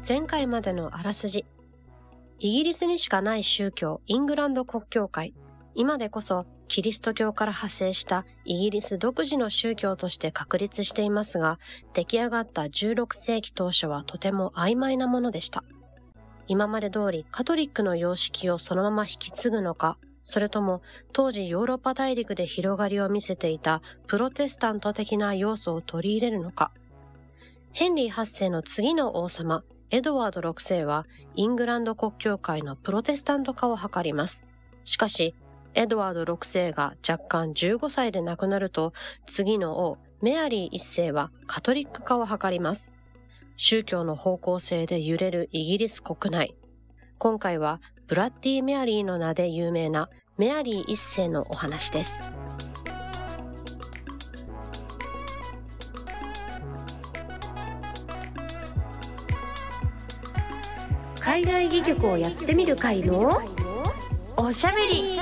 前回までのあらすじ。イギリスにしかない宗教、イングランド国教会。今でこそキリスト教から派生したイギリス独自の宗教として確立していますが、出来上がった16世紀当初はとても曖昧なものでした。今まで通りカトリックの様式をそのまま引き継ぐのか、それとも当時ヨーロッパ大陸で広がりを見せていたプロテスタント的な要素を取り入れるのか。ヘンリー8世の次の王様、エドワード6世はイングランド国教会のプロテスタント化を図ります。しかし、エドワード6世が若干15歳で亡くなると、次の王、メアリー1世はカトリック化を図ります。宗教の方向性で揺れるイギリス国内。今回はブラッディ・メアリーの名で有名なメアリー1世のお話です。海外戯曲をやってみる会のおしゃべり。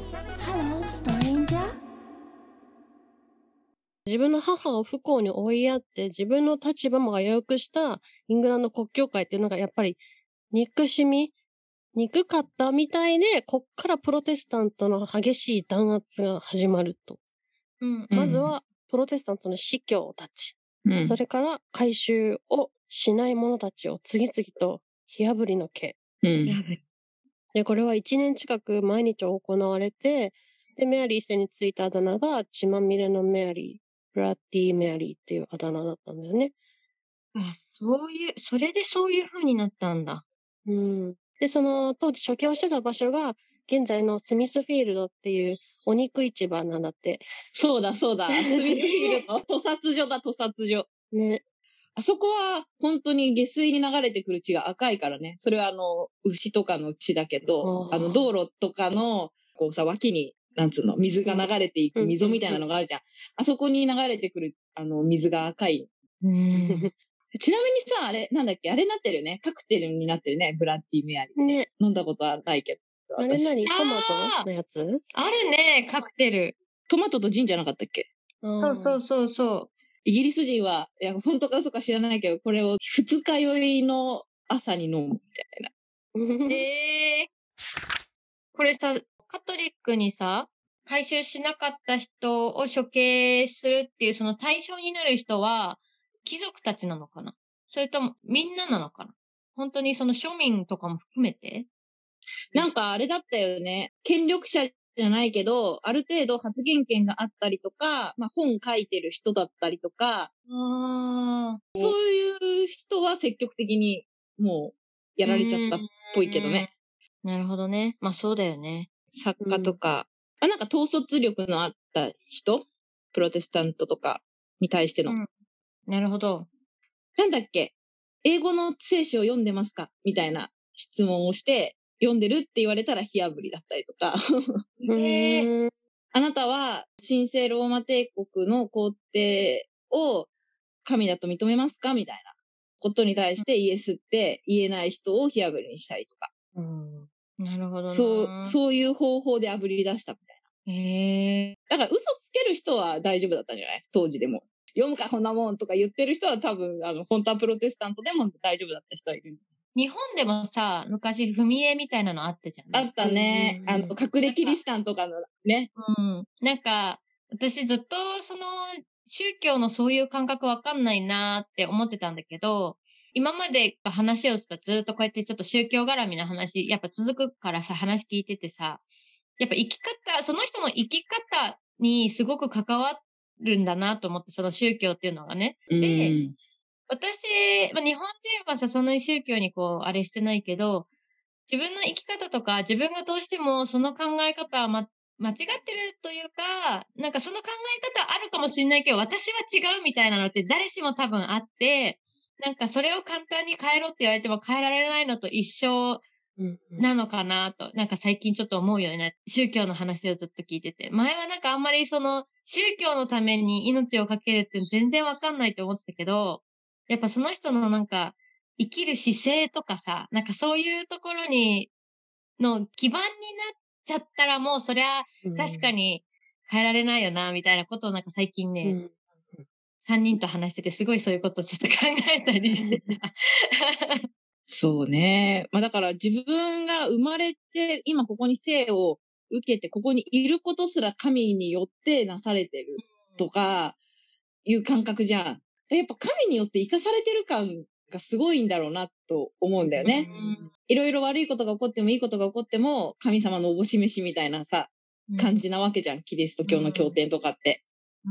自分の母を不幸に追いやって自分の立場も危うくしたイングランド国教会っていうのがやっぱり憎かったみたいで、こっからプロテスタントの激しい弾圧が始まると。まずはプロテスタントの司教たち、それから改宗をしない者たちを次々と火あぶりの刑。で、これは1年近く毎日行われて、で、メアリー世についたあだ名が血まみれのメアリー、ブラッディ・メアリーっていうあだ名だったんだよね。 それでそういう風になったんだ。 で、その当時処刑をしてた場所が、現在のスミスフィールドっていうお肉市場なんだって。 そうだ。スミスフィールド。屠殺所。 ね。 あそこは本当に下水に流れてくる血が赤いからね。それは牛とかの血だけど、道路とかの、こうさ、脇に、なんつうの、水が流れていく溝みたいなのがあるじゃん。あそこに流れてくる、水が赤い。ちなみにさ、あれ、なんだっけ、あれになってるよね。カクテルになってるね、ブラッディメアリー。ね。飲んだことはないけど。 あれ何？トマトのやつ？ あるね、カクテル。 トマトとジンじゃなかったっけ？ そう。 イギリス人は、いや、本当か嘘か知らないけど、これを二日酔いの朝に飲むみたいな。 これさ、カトリックにさ、改宗しなかった人を処刑するっていうその対象になる人は、貴族たちなのかな？それともみんななのかな？本当にその庶民とかも含めて？ なんかあれだったよね。権力者じゃないけど、ある程度発言権があったりとか、本書いてる人だったりとか、そういう人は積極的にもうやられちゃったっぽいけどね。 なるほどね。そうだよね。 作家とか、なんか統率力のあった人、プロテスタントとかに対しての。 なるほど。 なんだっけ、英語の聖書を読んでますかみたいな質問をして、読んでるって言われたら火あぶりだったりとか。あなたは神聖ローマ帝国の皇帝を神だと認めますかみたいなことに対してイエスって言えない人を火あぶりにしたりとか。 なるほどな。 そういう方法であぶり出したみたいな。だから嘘つける人は大丈夫だったんじゃない？当時でも。読むかこんなもんとか言ってる人は多分、本当はプロテスタントでも大丈夫だった人はいる。 日本でもさ、昔、踏み絵みたいなのあったじゃん。 あったね。隠れキリシタンとかのね。 なんか、私ずっとその、宗教のそういう感覚わかんないなって思ってたんだけど、今まで話をしたずっとこうやってちょっと宗教絡みの話、やっぱ続くからさ、話聞いててさ、やっぱその人の生き方にすごく関わるんだなと思って、その宗教っていうのがね。で、私、日本人はさ、そんなに宗教にあれしてないけど、自分の生き方とか、自分がどうしてもその考え方は間違ってるというか、なんかその考え方あるかもしれないけど、私は違うみたいなのって誰しも多分あって、なんかそれを簡単に変えろって言われても変えられないのと一緒なのかなと、なんか最近ちょっと思うようになって、宗教の話をずっと聞いてて。前はなんかあんまりその、宗教のために命を懸けるって全然わかんないって思ってたけど、やっぱその人のなんか、生きる姿勢とかさ、なんかそういうところの基盤になっちゃったらもうそりゃ確かに変えられないよな、みたいなことをなんか最近ね、3人と話しててすごいそういうことをちょっと考えたりしてた。 そうね。まあだから自分が生まれて、今ここに生を受けて、ここにいることすら神によってなされてるとかいう感覚じゃん。でやっぱ神によって生かされてる感がすごいんだろうなと思うんだよね。いろいろ悪いことが起こってもいいことが起こっても神様のおぼし飯みたいなさ、感じなわけじゃん。キリスト教の経典とかって。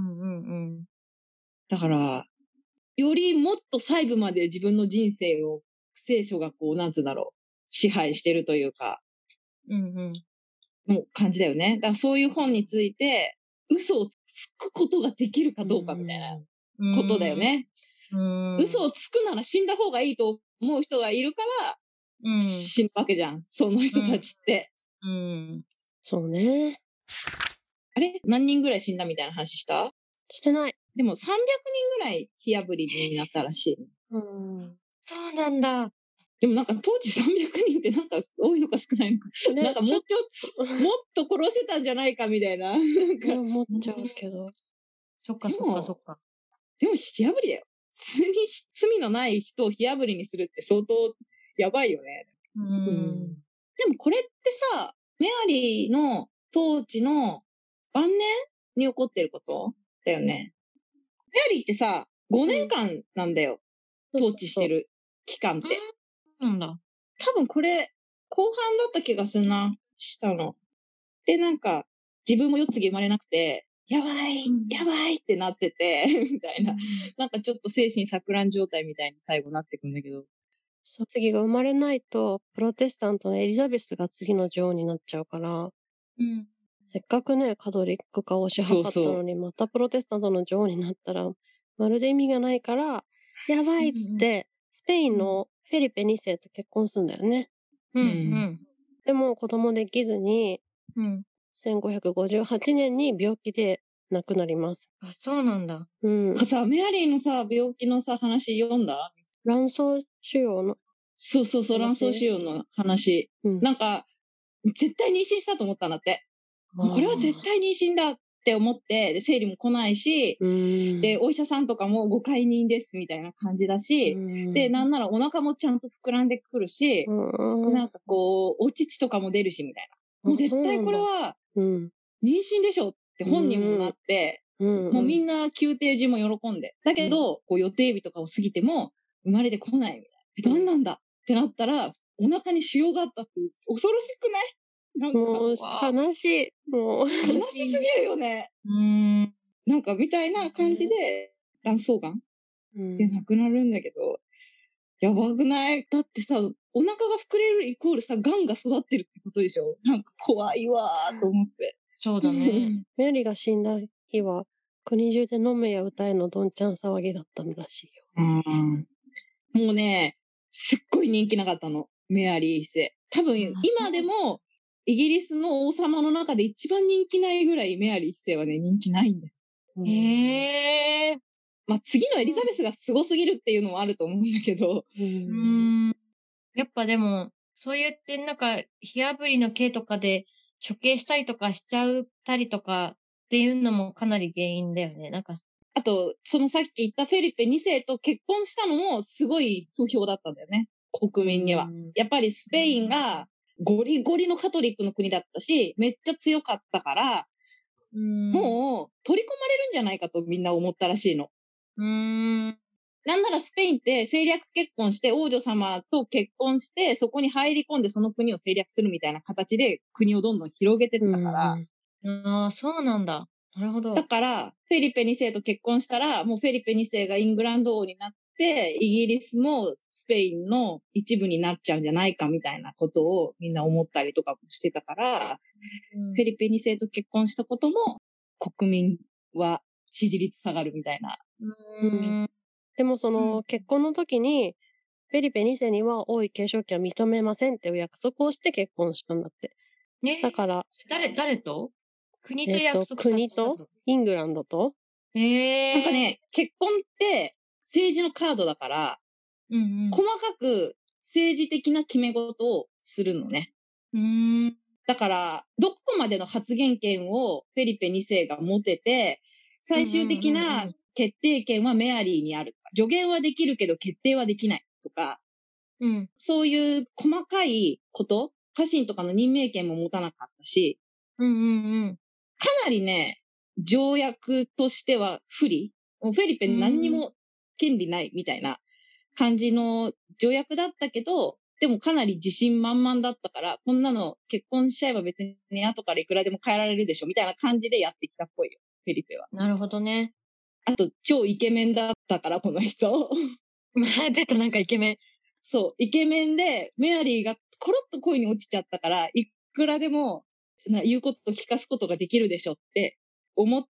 だから、よりもっと細部まで自分の人生を聖書がこう、なんつうんだろう、支配してるというか、もう感じだよね。だからそういう本について、嘘をつくことができるかどうかみたいなことだよね。嘘をつくなら死んだ方がいいと思う人がいるから、死ぬわけじゃん。その人たちって。 そうね。 あれ何人ぐらい死んだみたいな話した？ してない。 でも300人ぐらい火あぶりになったらしい。 そうなんだ。 でもなんか当時300人ってなんか多いのか少ないのか。 ねなんかもっと殺してたんじゃないかみたいな。なんか思っちゃうけど。 そっかそっかそっか。 でも火あぶりだよ。普通に罪のない人を火あぶりにするって相当やばいよね。でもこれってさ、メアリーの統治の晩年に起こってることだよね。メアリーってさ、5年間なんだよ。統治してる期間って。 なんだ。 多分これ、後半だった気がするな、したの。で、なんか、自分も世継ぎ生まれなくて、やばい、やばいってなってて、みたいな。なんかちょっと精神錯乱状態みたいに最後なってくんだけど。 次が生まれないと、プロテスタントのエリザベスが次の女王になっちゃうから、せっかくね、カトリック化をしはかったのに、またプロテスタントの女王になったら、まるで意味がないから、やばいっつって、スペインのフェリペ2世と結婚するんだよね。でも子供できずに、1558年に病気で亡くなります。 あ、そうなんだ。 さ、メアリーのさ、病気のさ、話読んだ？ 卵巣腫瘍の。 そう、卵巣腫瘍の話。なんか、絶対妊娠したと思ったんだって。これは絶対妊娠だって思って、で生理も来ないし、で、お医者さんとかもご解任ですみたいな感じだし、で、なんならお腹もちゃんと膨らんでくるし、なんかこう、お乳とかも出るしみたいな。もう絶対これは、妊娠でしょって本人もなって、もうみんな宮廷中も喜んで。だけど、こう予定日とかを過ぎても、生まれてこないみたいな。何なんだってなったら、お腹に腫瘍があったって恐ろしくない？なんかもう悲しい。もう悲しすぎるよね。なんかみたいな感じで卵巣がんで亡くなるんだけど、やばくない？だってさ、お腹が膨れるイコールさ、がんが育ってるってことでしょ？なんか怖いわーと思って。 そうだね。 メアリーが死んだ日は、国中で飲めや歌えのどんちゃん騒ぎだったらしいよ。 もうね、すっごい人気なかったの。メアリー一世。多分、今でも、イギリスの王様の中で一番人気ないぐらいメアリー一世はね、人気ないんだよ。 へえ。 まあ、次のエリザベスがすごすぎるっていうのもあると思うんだけど。 やっぱでも、そう言ってなんか、火あぶりの刑とかで処刑したりとかしちゃったりとかっていうのもかなり原因だよね。なんか、 あと、そのさっき言ったフェリペ2世と結婚したのもすごい不評だったんだよね。国民には。やっぱりスペインがゴリゴリのカトリックの国だったし、めっちゃ強かったから、もう取り込まれるんじゃないかとみんな思ったらしいの。なんならスペインって政略結婚して王女様と結婚してそこに入り込んでその国を政略するみたいな形で国をどんどん広げてったから。 ああ、そうなんだ。なるほど。 だから、フェリペ2世と結婚したら、もうフェリペ2世がイングランド王になって、イギリスもスペインの一部になっちゃうんじゃないかみたいなことをみんな思ったりとかもしてたから、フェリペ2世と結婚したことも国民は支持率下がるみたいな。 でもその結婚の時に、フェリペ2世には王位継承権は認めませんっていう約束をして結婚したんだって。だから、 誰と？国と約束した国とイングランドと。 なんかね、結婚って政治のカードだから、細かく政治的な決め事をするのね。だから、どこまでの発言権をフェリペ2世が持てて、最終的な決定権はメアリーにある。助言はできるけど決定はできないとか、 うん。 そういう細かいこと、家臣とかの任命権も持たなかったし、 うんうんうん。 かなりね、条約としては不利。もうフェリペ何にも権利ないみたいな感じの条約だったけど、でもかなり自信満々だったから、こんなの結婚しちゃえば別に後からいくらでも変えられるでしょみたいな感じでやってきたっぽいよ、フェリペは。 なるほどね。 あと、超イケメンだったから、この人。 出た、なんかイケメン。 そう、イケメンで、メアリーがコロッと恋に落ちちゃったから、いくらでも言うこと聞かすことができるでしょって思って、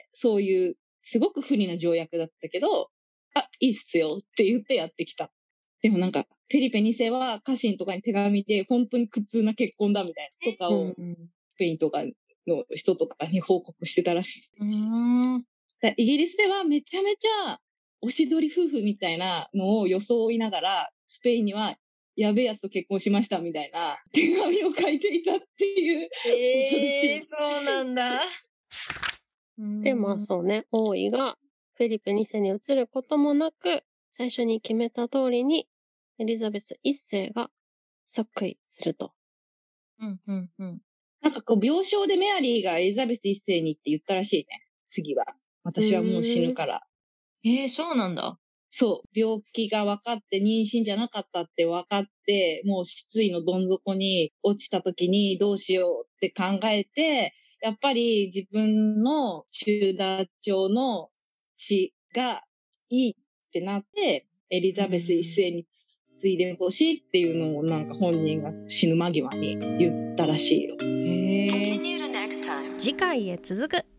そういうすごく不利な条約だったけど、あ、いいっすよって言ってやってきた。でもなんか、フェリペ2世は家臣とかに手紙で本当に苦痛な結婚だみたいなとかを、スペインとかの人とかに報告してたらしい。イギリスではめちゃめちゃおしどり夫婦みたいなのを装いながら、スペインにはやべえやつと結婚しましたみたいな手紙を書いていたっていう恐ろしい。 そうなんだ。 で、まあそうね、王位がフェリペ2世に移ることもなく、最初に決めた通りにエリザベス1世が即位すると。 なんかこう病床でメアリーがエリザベス1世にって言ったらしいね。次は。私はもう死ぬから。 そうなんだ。 そう、病気が分かって妊娠じゃなかったって分かって、もう失意のどん底に落ちた時にどうしようって考えて、やっぱり自分の中立朝の血がいいってなって、エリザベス一世に継いでほしいっていうのをなんか本人が死ぬ間際に言ったらしいよ。 次回へ続く。